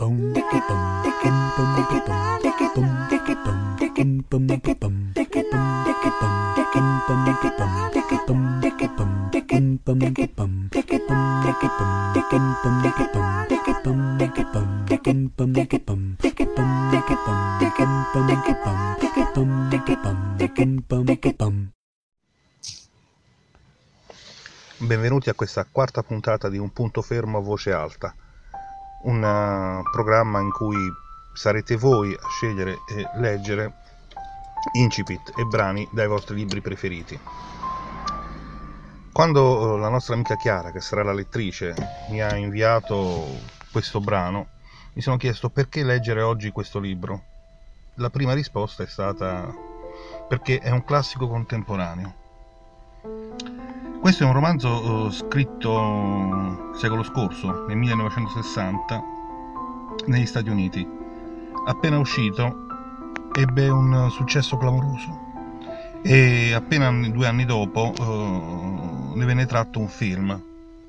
Benvenuti a questa quarta puntata di Un punto fermo a voce alta, un programma in cui sarete voi a scegliere e leggere incipit e brani dai vostri libri preferiti. Quando la nostra amica Chiara, che sarà la lettrice, mi ha inviato questo brano, mi sono chiesto perché leggere oggi questo libro. La prima risposta è stata perché è un classico contemporaneo. Questo è un romanzo scritto secolo scorso, nel 1960, negli Stati Uniti. Appena uscito ebbe un successo clamoroso e appena 2 anni dopo ne venne tratto un film.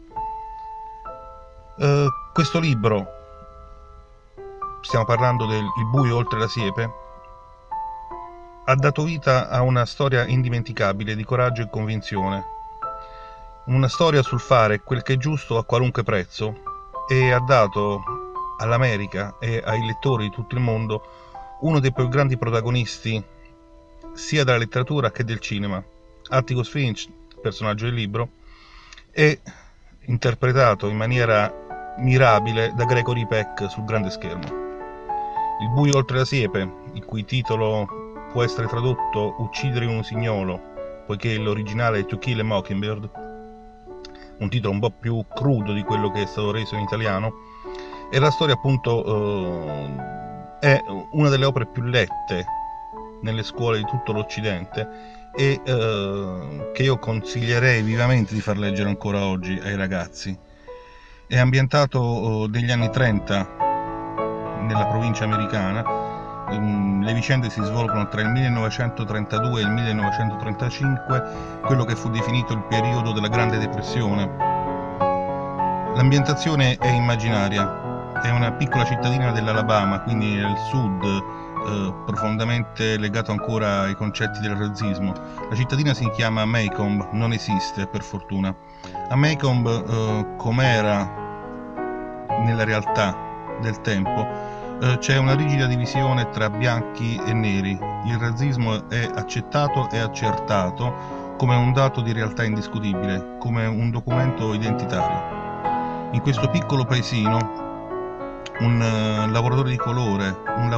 Questo libro, stiamo parlando del Il buio oltre la siepe, ha dato vita a una storia indimenticabile di coraggio e convinzione. Una storia sul fare quel che è giusto a qualunque prezzo, e ha dato all'America e ai lettori di tutto il mondo uno dei più grandi protagonisti sia della letteratura che del cinema. Atticus Finch, personaggio del libro, è interpretato in maniera mirabile da Gregory Peck sul grande schermo. Il buio oltre la siepe, il cui titolo può essere tradotto Uccidere un usignolo, poiché l'originale è To Kill a Mockingbird, un titolo un po' più crudo di quello che è stato reso in italiano, e la storia appunto è una delle opere più lette nelle scuole di tutto l'Occidente e che io consiglierei vivamente di far leggere ancora oggi ai ragazzi. È ambientato negli anni 30 nella provincia americana. Le vicende si svolgono tra il 1932 e il 1935, quello che fu definito il periodo della Grande Depressione. L'ambientazione è immaginaria, è una piccola cittadina dell'Alabama, quindi nel sud, profondamente legato ancora ai concetti del razzismo. La cittadina si chiama Maycomb, non esiste per fortuna. A Maycomb, com'era nella realtà del tempo, c'è una rigida divisione tra bianchi e neri. Il razzismo è accettato e accertato come un dato di realtà indiscutibile, come un documento identitario. In questo piccolo paesino un lavoratore di colore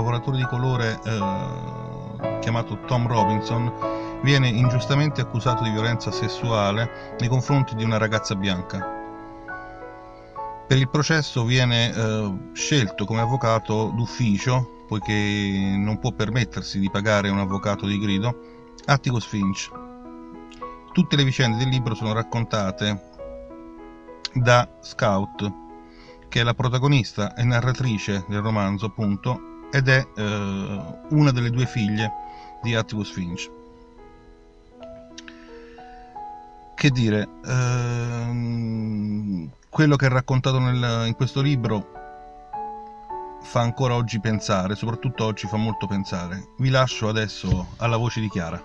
chiamato Tom Robinson viene ingiustamente accusato di violenza sessuale nei confronti di una ragazza bianca. Per il processo viene scelto come avvocato d'ufficio, poiché non può permettersi di pagare un avvocato di grido, Atticus Finch. Tutte le vicende del libro sono raccontate da Scout, che è la protagonista e narratrice del romanzo, appunto, ed è una delle 2 figlie di Atticus Finch. Che dire, quello che è raccontato in questo libro fa ancora oggi pensare, soprattutto oggi fa molto pensare. Vi lascio adesso alla voce di Chiara.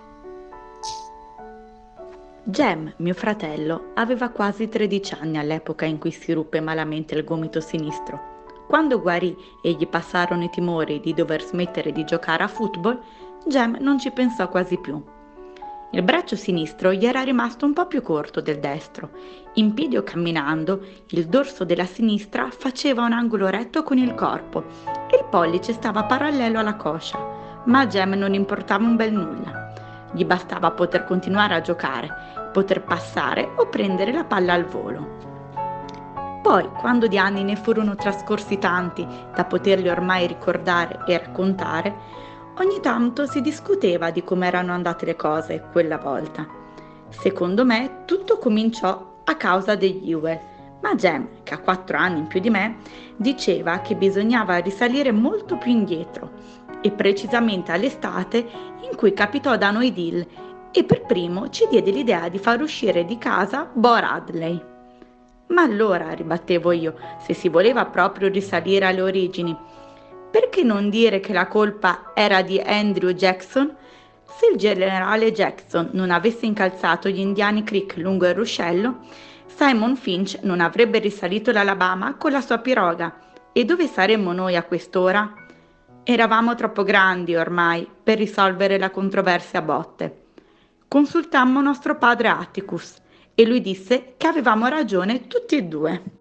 Jem, mio fratello, aveva quasi 13 anni all'epoca in cui si ruppe malamente il gomito sinistro. Quando guarì e gli passarono i timori di dover smettere di giocare a football, Jem non ci pensò quasi più. Il braccio sinistro gli era rimasto un po' più corto del destro. In piedi o camminando, il dorso della sinistra faceva un angolo retto con il corpo e il pollice stava parallelo alla coscia, ma a Jem non importava un bel nulla. Gli bastava poter continuare a giocare, poter passare o prendere la palla al volo. Poi, quando di anni ne furono trascorsi tanti da poterli ormai ricordare e raccontare, ogni tanto si discuteva di come erano andate le cose quella volta. Secondo me tutto cominciò a causa degli Ewell, ma Jem, che ha 4 anni in più di me, diceva che bisognava risalire molto più indietro, e precisamente all'estate in cui capitò da noi Dill e per primo ci diede l'idea di far uscire di casa Bo Radley. Ma allora, ribattevo io, se si voleva proprio risalire alle origini, perché non dire che la colpa era di Andrew Jackson? Se il generale Jackson non avesse incalzato gli indiani Creek lungo il ruscello, Simon Finch non avrebbe risalito l'Alabama con la sua piroga. E dove saremmo noi a quest'ora? Eravamo troppo grandi ormai per risolvere la controversia a botte. Consultammo nostro padre Atticus e lui disse che avevamo ragione tutti e due.